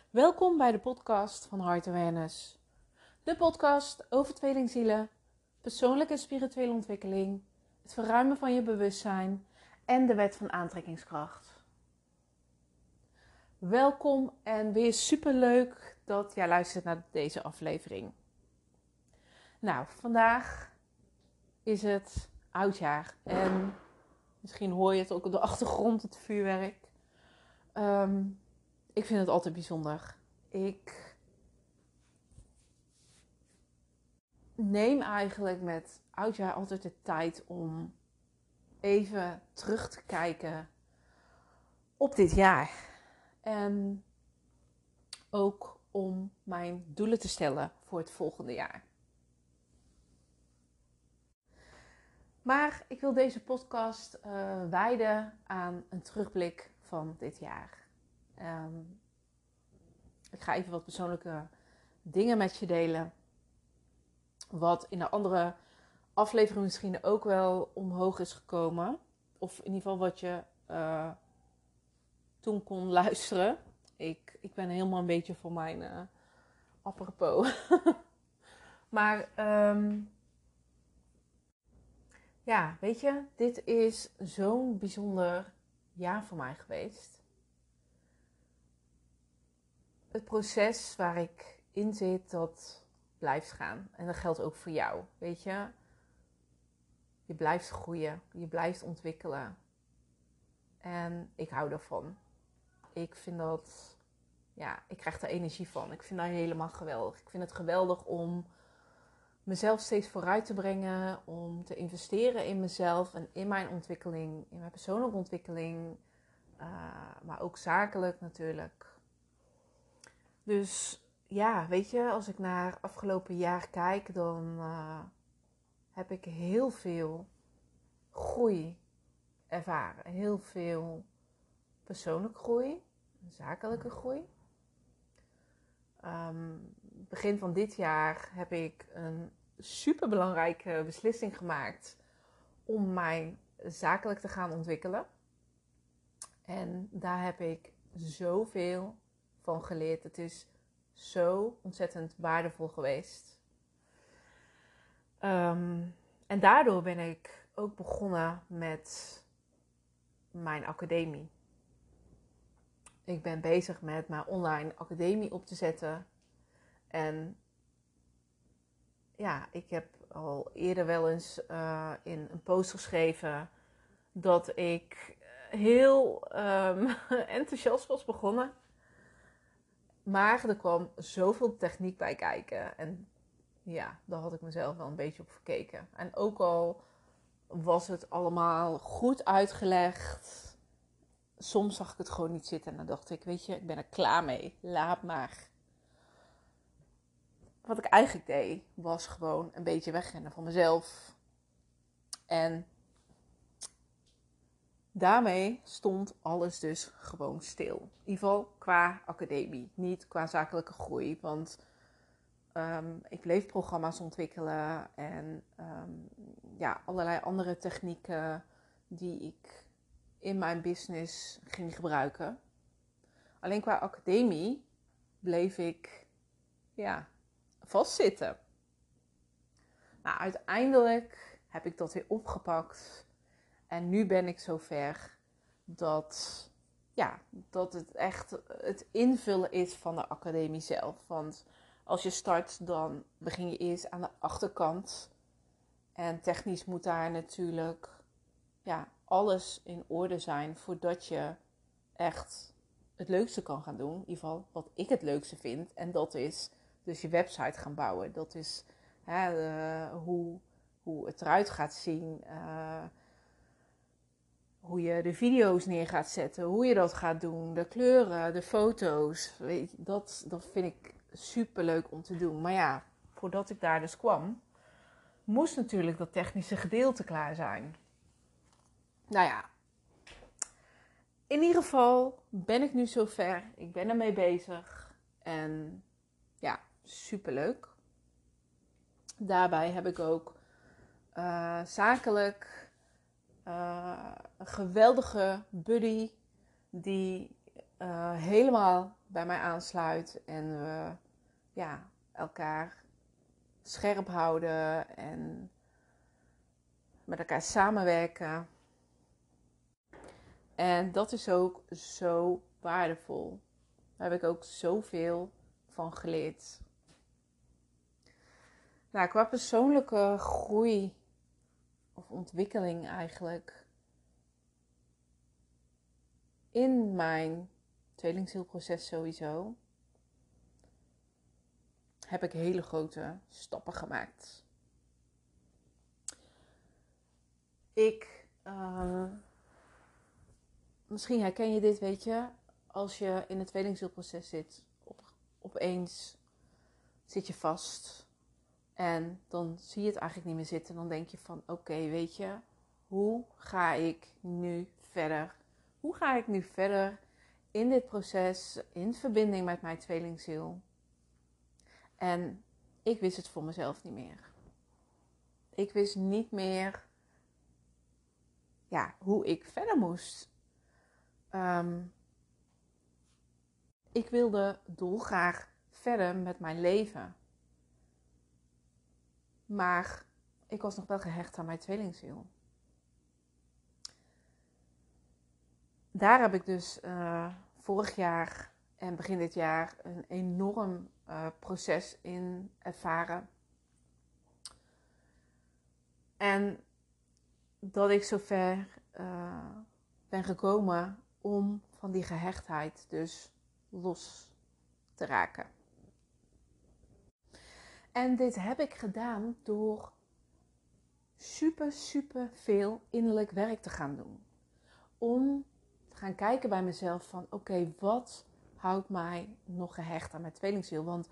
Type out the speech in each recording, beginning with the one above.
Welkom bij de podcast van Heart Awareness. De podcast over tweelingzielen, persoonlijke en spirituele ontwikkeling, het verruimen van je bewustzijn en de wet van aantrekkingskracht. Welkom en weer superleuk dat jij luistert naar deze aflevering. Nou, vandaag is het oudjaar en misschien hoor je het ook op de achtergrond, het vuurwerk. Ik vind het altijd bijzonder. Ik neem eigenlijk met oudjaar altijd de tijd om even terug te kijken op dit jaar. En ook om mijn doelen te stellen voor het volgende jaar. Maar ik wil deze podcast wijden aan een terugblik van dit jaar. Ik ga even wat persoonlijke dingen met je delen. Wat in de andere aflevering misschien ook wel omhoog is gekomen. Of in ieder geval wat je toen kon luisteren. Ik ben helemaal een beetje voor mijn apropos. Maar ja, weet je, dit is zo'n bijzonder jaar voor mij geweest. Het proces waar ik in zit, dat blijft gaan. En dat geldt ook voor jou, weet je. Je blijft groeien, je blijft ontwikkelen. En ik hou daarvan. Ik vind dat, ja, ik krijg er energie van. Ik vind dat helemaal geweldig. Ik vind het geweldig om mezelf steeds vooruit te brengen. Om te investeren in mezelf en in mijn ontwikkeling. In mijn persoonlijke ontwikkeling. Maar ook zakelijk natuurlijk. Dus ja, weet je, als ik naar afgelopen jaar kijk, dan heb ik heel veel groei ervaren. Heel veel persoonlijke groei, zakelijke groei. Begin van dit jaar heb ik een superbelangrijke beslissing gemaakt om mij zakelijk te gaan ontwikkelen. En daar heb ik zoveel van geleerd. Het is zo ontzettend waardevol geweest. En daardoor ben ik ook begonnen met mijn academie. Ik ben bezig met mijn online academie op te zetten. En ja, ik heb al eerder wel eens in een post geschreven dat ik heel enthousiast was begonnen. Maar er kwam zoveel techniek bij kijken. En ja, daar had ik mezelf wel een beetje op verkeken. En ook al was het allemaal goed uitgelegd, soms zag ik het gewoon niet zitten. En dan dacht ik, weet je, ik ben er klaar mee. Laat maar. Wat ik eigenlijk deed, was gewoon een beetje wegrennen van mezelf. En daarmee stond alles dus gewoon stil. In ieder geval qua academie, niet qua zakelijke groei. Want ik bleef programma's ontwikkelen en ja, allerlei andere technieken die ik in mijn business ging gebruiken. Alleen qua academie bleef ik ja, vastzitten. Nou, uiteindelijk heb ik dat weer opgepakt. En nu ben ik zover dat, ja, dat het echt het invullen is van de academie zelf. Want als je start, dan begin je eerst aan de achterkant. En technisch moet daar natuurlijk ja, alles in orde zijn voordat je echt het leukste kan gaan doen. In ieder geval wat ik het leukste vind. En dat is dus je website gaan bouwen. Dat is hoe het eruit gaat zien. Hoe je de video's neer gaat zetten. Hoe je dat gaat doen. De kleuren, de foto's. Weet je, dat vind ik super leuk om te doen. Maar ja, voordat ik daar dus kwam, moest natuurlijk dat technische gedeelte klaar zijn. Nou ja, in ieder geval ben ik nu zover. Ik ben ermee bezig. En ja, superleuk. Daarbij heb ik ook zakelijk een geweldige buddy die helemaal bij mij aansluit en we elkaar scherp houden en met elkaar samenwerken. En dat is ook zo waardevol. Daar heb ik ook zoveel van geleerd. Nou, qua persoonlijke groei of ontwikkeling eigenlijk. In mijn tweelingzielproces sowieso heb ik hele grote stappen gemaakt. Misschien herken je dit, weet je. Als je in het tweelingzielproces zit, opeens zit je vast. En dan zie je het eigenlijk niet meer zitten. Dan denk je van, oké, weet je, hoe ga ik nu verder? Hoe ga ik nu verder in dit proces, in verbinding met mijn tweelingziel? En ik wist het voor mezelf niet meer. Ik wist niet meer hoe ik verder moest. Ik wilde dolgraag verder met mijn leven. Maar ik was nog wel gehecht aan mijn tweelingziel. Daar heb ik dus vorig jaar en begin dit jaar een enorm proces in ervaren. En dat ik zover ben gekomen om van die gehechtheid dus los te raken. En dit heb ik gedaan door super veel innerlijk werk te gaan doen. Om te gaan kijken bij mezelf van oké, wat houdt mij nog gehecht aan mijn tweelingziel? Want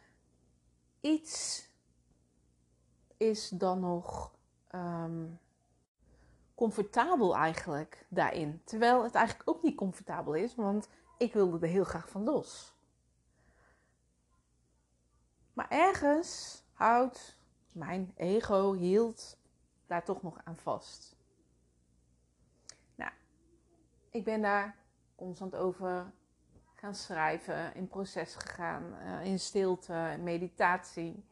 iets is dan nog comfortabel eigenlijk daarin. Terwijl het eigenlijk ook niet comfortabel is, want ik wilde er heel graag van los. Maar ergens houdt mijn ego, hield daar toch nog aan vast. Nou, ik ben daar constant over gaan schrijven, in proces gegaan, in stilte, meditatie.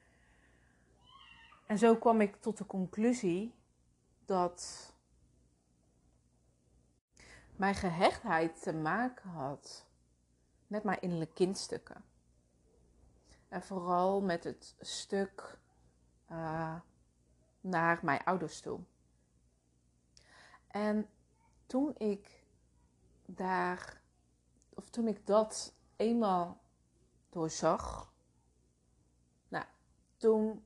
En zo kwam ik tot de conclusie dat mijn gehechtheid te maken had met mijn innerlijke kindstukken. En vooral met het stuk naar mijn ouders toe. En toen ik dat eenmaal doorzag, toen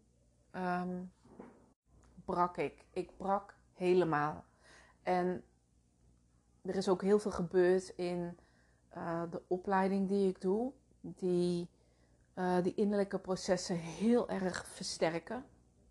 brak ik. Ik brak helemaal. En er is ook heel veel gebeurd in de opleiding die ik doe, die innerlijke processen heel erg versterken.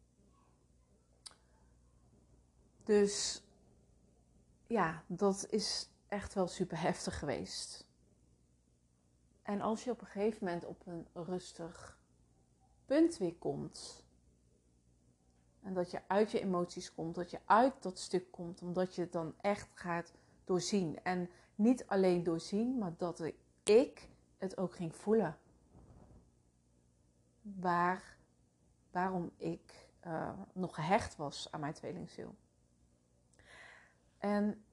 Dus ja, dat is echt wel super heftig geweest. En als je op een gegeven moment op een rustig punt weer komt, en dat je uit je emoties komt, dat je uit dat stuk komt, omdat je het dan echt gaat doorzien. En niet alleen doorzien, maar dat ik het ook ging voelen. Waarom ik nog gehecht was aan mijn tweelingziel. En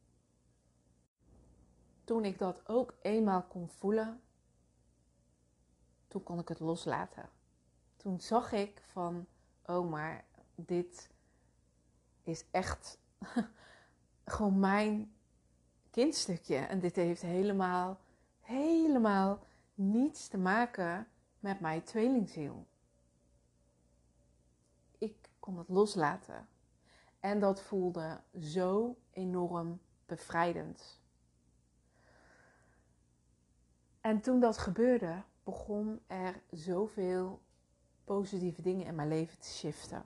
toen ik dat ook eenmaal kon voelen, toen kon ik het loslaten. Toen zag ik van, oh maar dit is echt gewoon mijn kindstukje. En dit heeft helemaal niets te maken met mijn tweelingziel. Ik kon het loslaten. En dat voelde zo enorm bevrijdend. En toen dat gebeurde, begon er zoveel positieve dingen in mijn leven te shiften.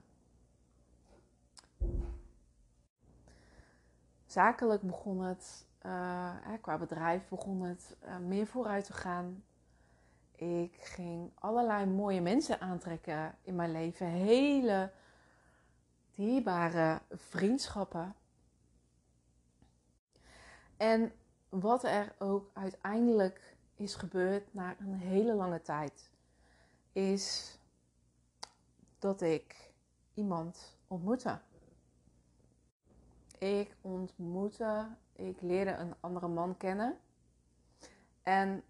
Zakelijk begon het, qua bedrijf begon het meer vooruit te gaan. Ik ging allerlei mooie mensen aantrekken in mijn leven. Hele dierbare vriendschappen. En wat er ook uiteindelijk is gebeurd na een hele lange tijd. Is dat ik iemand ontmoette. Ik leerde een andere man kennen. En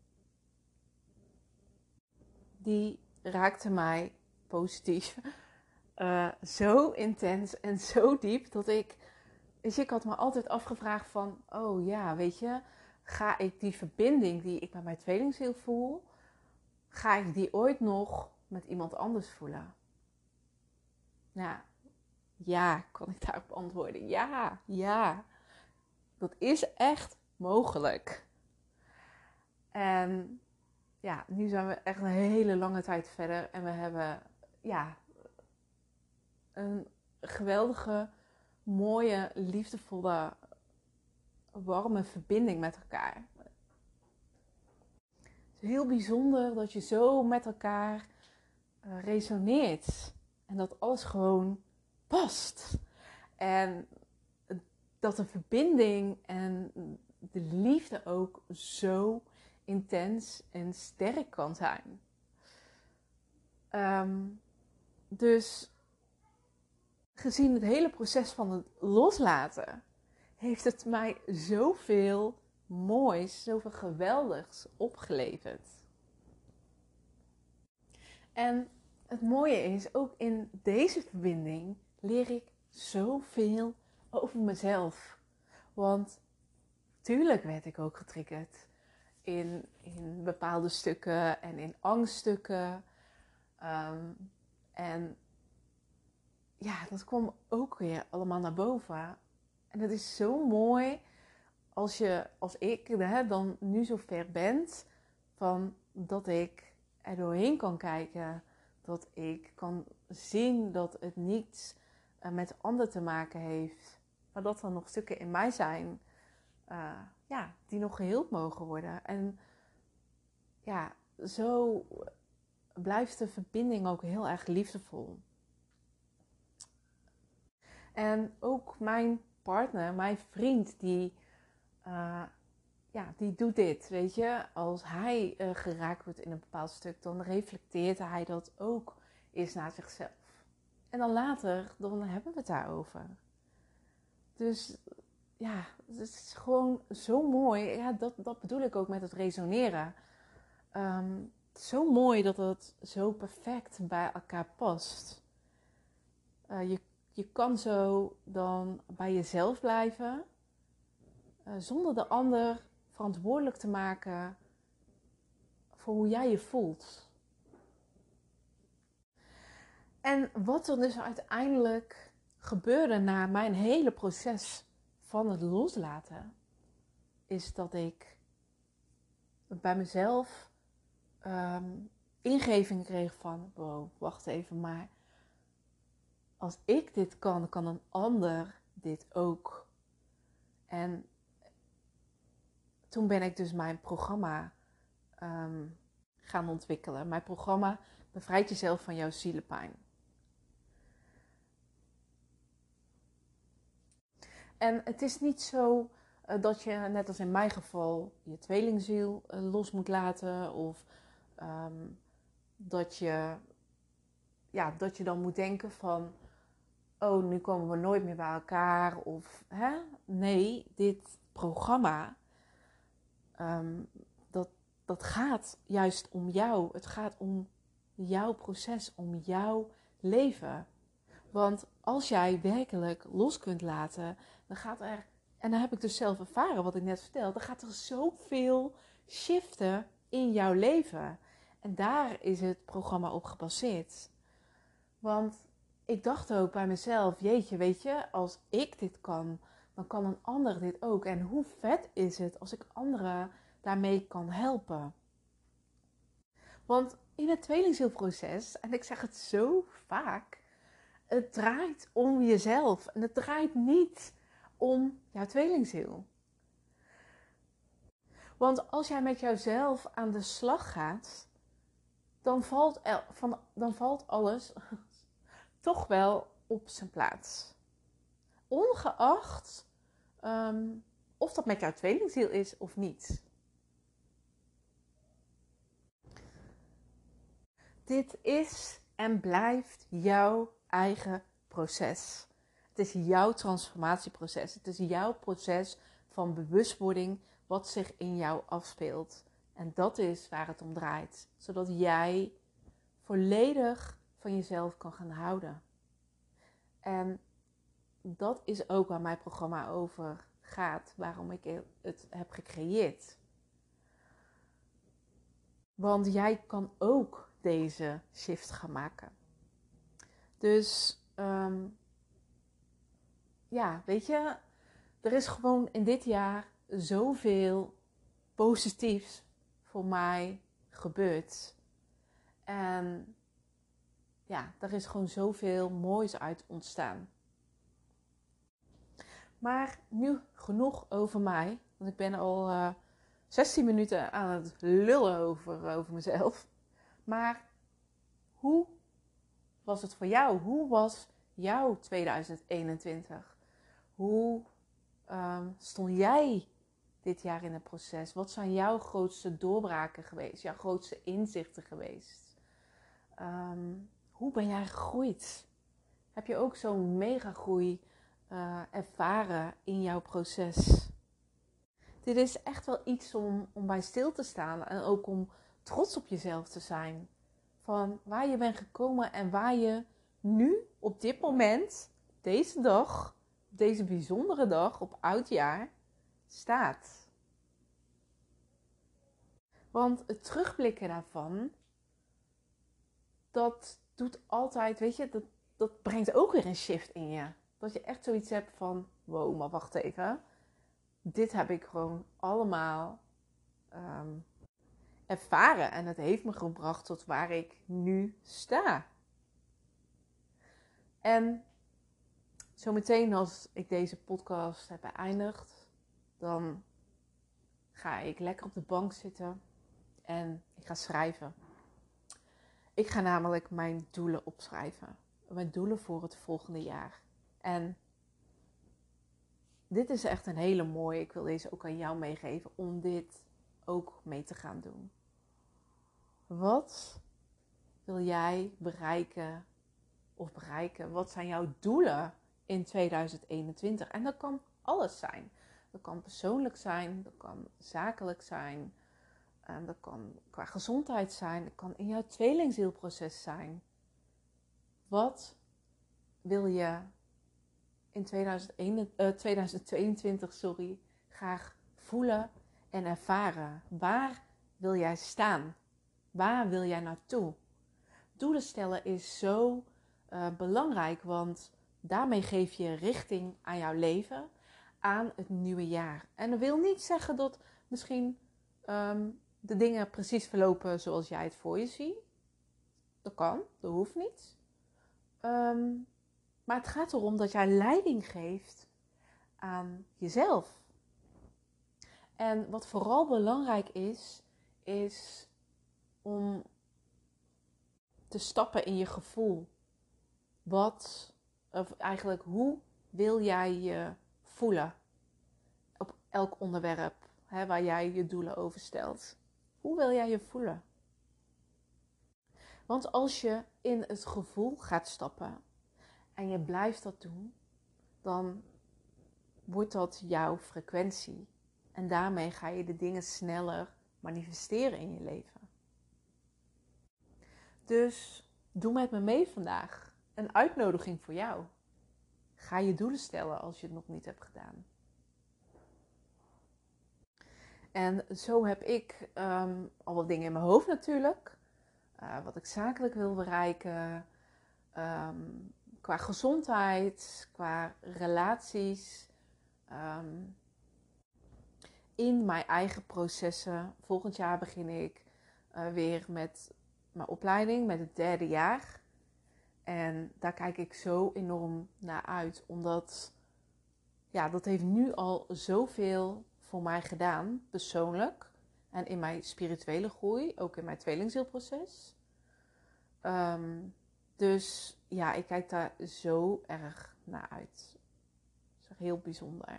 die raakte mij positief. Zo intens en zo diep dat ik had me altijd afgevraagd van, oh ja, weet je, ga ik die verbinding die ik met mijn tweelingziel voel, ga ik die ooit nog met iemand anders voelen? Nou, ja, kan ik daarop antwoorden. Ja, dat is echt mogelijk. En ja, nu zijn we echt een hele lange tijd verder en we hebben een geweldige, mooie, liefdevolle, warme verbinding met elkaar. Het is heel bijzonder dat je zo met elkaar resoneert en dat alles gewoon past. En dat de verbinding en de liefde ook zo intens en sterk kan zijn. Dus gezien het hele proces van het loslaten, heeft het mij zoveel moois, zoveel geweldigs opgeleverd. En het mooie is, ook in deze verbinding leer ik zoveel over mezelf. Want tuurlijk werd ik ook getriggerd in bepaalde stukken en in angststukken. En ja, dat kwam ook weer allemaal naar boven. En het is zo mooi als ik dan nu zo ver ben, van dat ik er doorheen kan kijken. Dat ik kan zien dat het niets met de ander te maken heeft. Maar dat er nog stukken in mij zijn die nog geheeld mogen worden. En ja, zo blijft de verbinding ook heel erg liefdevol. En ook mijn partner, mijn vriend, die doet dit, weet je. Als hij geraakt wordt in een bepaald stuk, dan reflecteert hij dat ook eens naar zichzelf. En dan later, dan hebben we het daarover. Dus ja, het is gewoon zo mooi. Ja, dat bedoel ik ook met het resoneren. Zo mooi dat het zo perfect bij elkaar past. Je kan zo dan bij jezelf blijven, zonder de ander verantwoordelijk te maken voor hoe jij je voelt. En wat er dus uiteindelijk gebeurde na mijn hele proces van het loslaten, is dat ik bij mezelf ingeving kreeg van, wow, wacht even maar. Als ik dit kan een ander dit ook. En toen ben ik dus mijn programma gaan ontwikkelen. Mijn programma Bevrijd jezelf van jouw zielenpijn. En het is niet zo dat je, net als in mijn geval, je tweelingziel los moet laten. Of dat je dan moet denken van, oh, nu komen we nooit meer bij elkaar. Of, nee, dit programma, dat gaat juist om jou. Het gaat om jouw proces, om jouw leven. Want als jij werkelijk los kunt laten, dan gaat er, en dan heb ik dus zelf ervaren wat ik net vertelde, dan gaat er zoveel shiften in jouw leven. En daar is het programma op gebaseerd. Want ik dacht ook bij mezelf, jeetje, weet je, als ik dit kan, dan kan een ander dit ook. En hoe vet is het als ik anderen daarmee kan helpen? Want in het tweelingzielproces, en ik zeg het zo vaak, het draait om jezelf. En het draait niet om jouw tweelingziel. Want als jij met jouzelf aan de slag gaat, dan valt alles toch wel op zijn plaats. Ongeacht of dat met jouw tweelingziel is of niet. dit is en blijft jouw eigen proces. Het is jouw transformatieproces. Het is jouw proces van bewustwording wat zich in jou afspeelt. En dat is waar het om draait. Zodat jij volledig van jezelf kan gaan houden. En dat is ook waar mijn programma over gaat. Waarom ik het heb gecreëerd. Want jij kan ook deze shift gaan maken. Dus weet je, er is gewoon in dit jaar zoveel positiefs voor mij gebeurd. En ja, er is gewoon zoveel moois uit ontstaan. Maar nu genoeg over mij. Want ik ben al 16 minuten aan het lullen over mezelf. Maar hoe was het voor jou? Hoe was jouw 2021? Hoe stond jij dit jaar in het proces? Wat zijn jouw grootste doorbraken geweest? Jouw grootste inzichten geweest? Hoe ben jij gegroeid? Heb je ook zo'n mega groei ervaren in jouw proces? Dit is echt wel iets om bij stil te staan. En ook om trots op jezelf te zijn. Van waar je bent gekomen en waar je nu op dit moment, deze dag, deze bijzondere dag op oudjaar, staat. Want het terugblikken daarvan, dat doet altijd, weet je, dat brengt ook weer een shift in je. Dat je echt zoiets hebt van, wow, maar wacht even. Dit heb ik gewoon allemaal ervaren. En het heeft me gebracht tot waar ik nu sta. En zometeen als ik deze podcast heb beëindigd, dan ga ik lekker op de bank zitten en ik ga schrijven. Ik ga namelijk mijn doelen opschrijven. Mijn doelen voor het volgende jaar. En dit is echt een hele mooie. Ik wil deze ook aan jou meegeven om dit ook mee te gaan doen. Wat wil jij bereiken of bereiken? Wat zijn jouw doelen in 2021? En dat kan alles zijn. Dat kan persoonlijk zijn, dat kan zakelijk zijn, dat kan qua gezondheid zijn, dat kan in jouw tweelingzielproces zijn. Wat wil je in 2022 graag voelen en ervaren? Waar wil jij staan? Waar wil jij naartoe? Doelen stellen is zo belangrijk, want daarmee geef je richting aan jouw leven, aan het nieuwe jaar. En dat wil niet zeggen dat misschien de dingen precies verlopen zoals jij het voor je ziet. Dat kan, dat hoeft niet. Maar het gaat erom dat jij leiding geeft aan jezelf. En wat vooral belangrijk is om te stappen in je gevoel. Hoe wil jij je voelen op elk onderwerp waar jij je doelen over stelt? Hoe wil jij je voelen? Want als je in het gevoel gaat stappen en je blijft dat doen, dan wordt dat jouw frequentie. En daarmee ga je de dingen sneller manifesteren in je leven. Dus doe met me mee vandaag. Een uitnodiging voor jou. Ga je doelen stellen als je het nog niet hebt gedaan. En zo heb ik al wat dingen in mijn hoofd natuurlijk. Wat ik zakelijk wil bereiken. Qua gezondheid, qua relaties. In mijn eigen processen. Volgend jaar begin ik weer met mijn opleiding, met het 3e jaar. En daar kijk ik zo enorm naar uit. Omdat, dat heeft nu al zoveel voor mij gedaan, persoonlijk. En in mijn spirituele groei, ook in mijn tweelingzielproces. Dus ik kijk daar zo erg naar uit. Dat is echt heel bijzonder.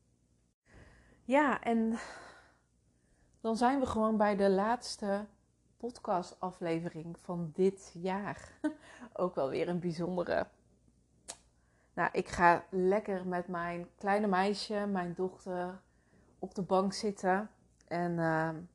Ja, en dan zijn we gewoon bij de laatste podcastaflevering van dit jaar. Ook wel weer een bijzondere. Nou, ik ga lekker met mijn kleine meisje, mijn dochter, op de bank zitten. En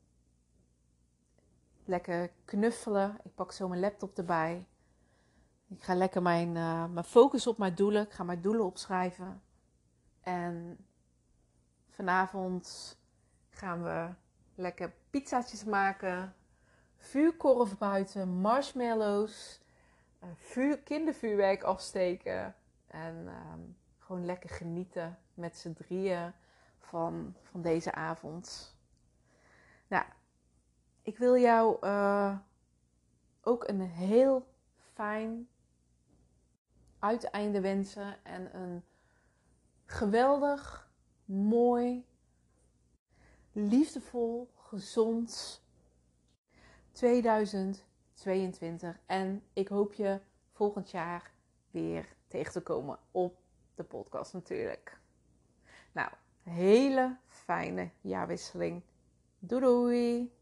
lekker knuffelen. Ik pak zo mijn laptop erbij. Ik ga lekker mijn focus op mijn doelen. Ik ga mijn doelen opschrijven. En vanavond gaan we lekker pizzaatjes maken. Vuurkorf buiten, marshmallows. Kindervuurwerk afsteken. En gewoon lekker genieten met z'n drieën van deze avond. Nou, ik wil jou ook een heel fijn uiteinde wensen. En een geweldig, mooi, liefdevol, gezond 2022. En ik hoop je volgend jaar weer tegen te komen op de podcast natuurlijk. Nou, hele fijne jaarwisseling. Doei doei!